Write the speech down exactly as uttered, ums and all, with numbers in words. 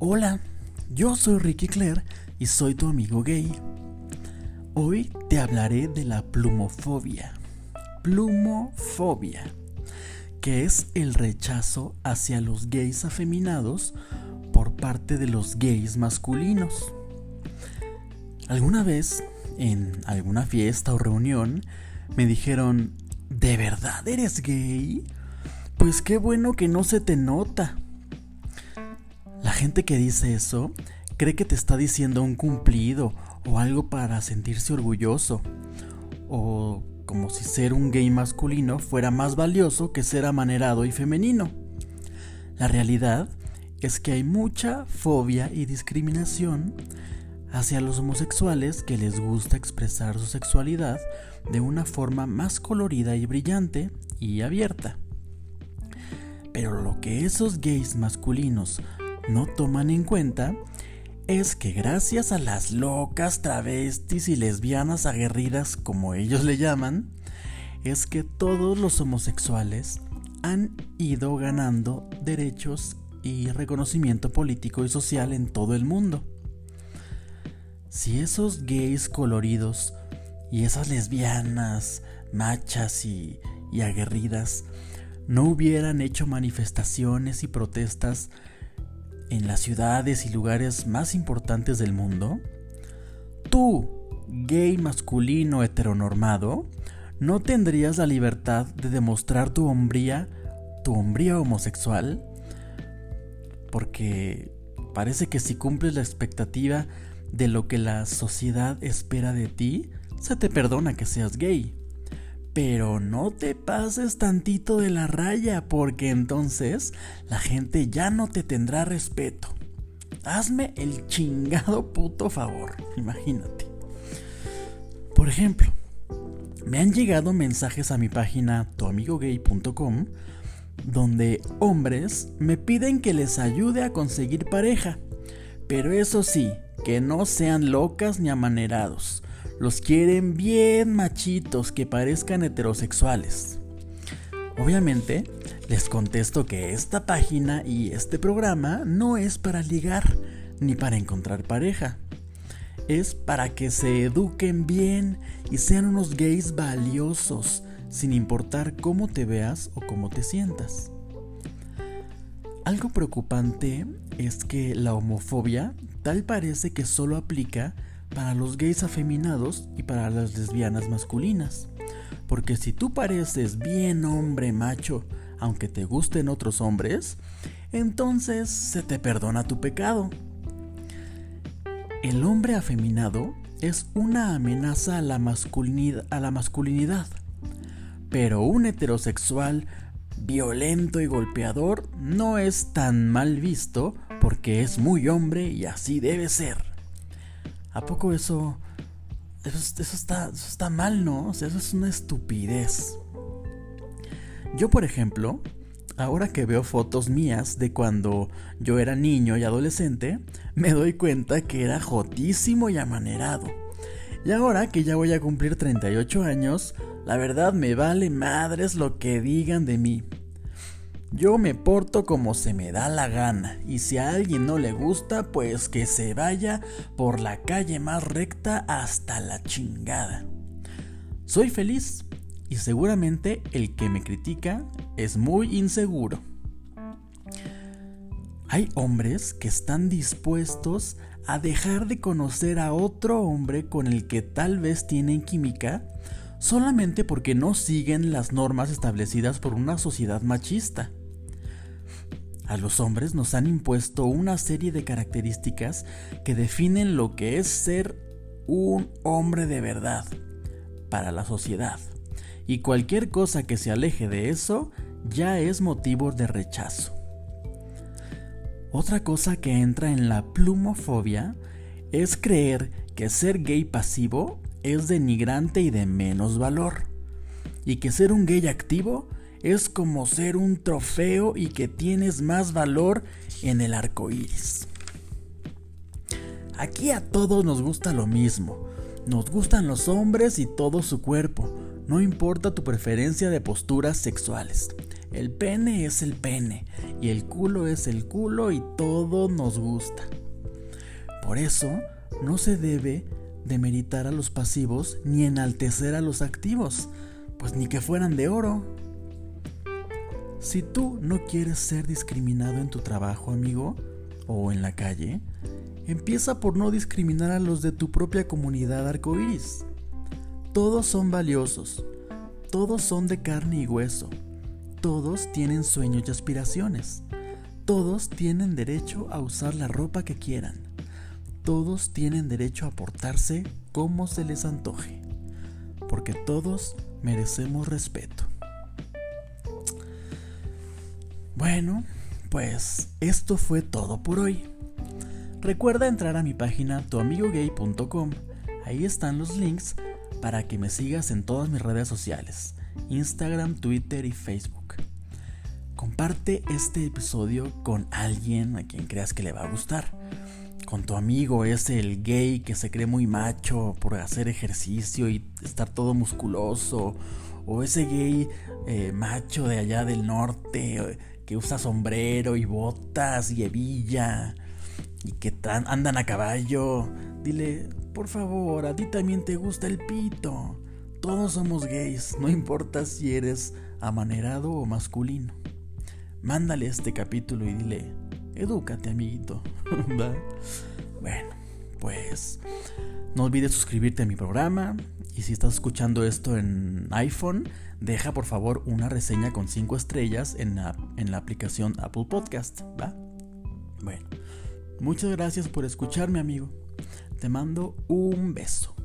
Hola, yo soy Ricky Claire y soy tu amigo gay. Hoy te hablaré de la plumofobia. Plumofobia, que es el rechazo hacia los gays afeminados por parte de los gays masculinos. Alguna vez, en alguna fiesta o reunión, me dijeron: ¿de verdad eres gay? Pues qué bueno que no se te nota. La gente que dice eso cree que te está diciendo un cumplido o algo para sentirse orgulloso, o como si ser un gay masculino fuera más valioso que ser amanerado y femenino. La realidad es que hay mucha fobia y discriminación hacia los homosexuales que les gusta expresar su sexualidad de una forma más colorida y brillante y abierta. Pero lo que esos gays masculinos no toman en cuenta es que gracias a las locas, travestis y lesbianas aguerridas, como ellos le llaman, es que todos los homosexuales han ido ganando derechos y reconocimiento político y social en todo el mundo. Si esos gays coloridos y esas lesbianas, machas y, y aguerridas no hubieran hecho manifestaciones y protestas en las ciudades y lugares más importantes del mundo, tú, gay masculino heteronormado, no tendrías la libertad de demostrar tu hombría, tu hombría homosexual, porque parece que si cumples la expectativa de lo que la sociedad espera de ti, se te perdona que seas gay. Pero no te pases tantito de la raya, porque entonces la gente ya no te tendrá respeto. Hazme el chingado puto favor, imagínate. Por ejemplo, me han llegado mensajes a mi página tu amigo gay punto com donde hombres me piden que les ayude a conseguir pareja, pero eso sí, que no sean locas ni amanerados. Los quieren bien machitos, que parezcan heterosexuales. Obviamente, les contesto que esta página y este programa no es para ligar ni para encontrar pareja. Es para que se eduquen bien y sean unos gays valiosos, sin importar cómo te veas o cómo te sientas. Algo preocupante es que la homofobia tal parece que solo aplica para los gays afeminados y para las lesbianas masculinas. Porque si tú pareces bien hombre macho, aunque te gusten otros hombres, entonces se te perdona tu pecado. El hombre afeminado es una amenaza a la masculinidad, a la masculinidad. Pero un heterosexual violento y golpeador no es tan mal visto porque es muy hombre y así debe ser. ¿A poco eso, eso, eso, está, eso está mal, no? O sea, eso es una estupidez. Yo, por ejemplo, ahora que veo fotos mías de cuando yo era niño y adolescente, me doy cuenta que era jotísimo y amanerado. Y ahora que ya voy a cumplir treinta y ocho años, la verdad me vale madres lo que digan de mí. Yo me porto como se me da la gana, y si a alguien no le gusta, pues que se vaya por la calle más recta hasta la chingada. Soy feliz, y seguramente el que me critica es muy inseguro. Hay hombres que están dispuestos a dejar de conocer a otro hombre con el que tal vez tienen química, solamente porque no siguen las normas establecidas por una sociedad machista. A los hombres nos han impuesto una serie de características que definen lo que es ser un hombre de verdad para la sociedad, y cualquier cosa que se aleje de eso ya es motivo de rechazo. Otra cosa que entra en la plumofobia es creer que ser gay pasivo es denigrante y de menos valor, y que ser un gay activo es como ser un trofeo y que tienes más valor en el arco iris. Aquí a todos nos gusta lo mismo. Nos gustan los hombres y todo su cuerpo, no importa tu preferencia de posturas sexuales. El pene es el pene y el culo es el culo y todo nos gusta. Por eso no se debe demeritar a los pasivos ni enaltecer a los activos, pues ni que fueran de oro. Si tú no quieres ser discriminado en tu trabajo, amigo, o en la calle, empieza por no discriminar a los de tu propia comunidad arcoíris. Todos son valiosos, todos son de carne y hueso, todos tienen sueños y aspiraciones, todos tienen derecho a usar la ropa que quieran, todos tienen derecho a portarse como se les antoje, porque todos merecemos respeto. Bueno, pues esto fue todo por hoy. Recuerda entrar a mi página tu amigo gay punto com. Ahí están los links para que me sigas en todas mis redes sociales, Instagram, Twitter y Facebook. Comparte este episodio con alguien a quien creas que le va a gustar. Con tu amigo ese, el gay que se cree muy macho por hacer ejercicio y estar todo musculoso. O ese gay eh, macho de allá del norte que usa sombrero y botas y hebilla y que tan, andan a caballo. Dile, por favor, a ti también te gusta el pito. Todos somos gays, no importa si eres amanerado o masculino. Mándale este capítulo y dile, edúcate, amiguito. Bueno, pues no olvides suscribirte a mi programa. Y si estás escuchando esto en iPhone, deja por favor una reseña con cinco estrellas en la, en la aplicación Apple Podcast, ¿va? Bueno, muchas gracias por escucharme, amigo. Te mando un beso.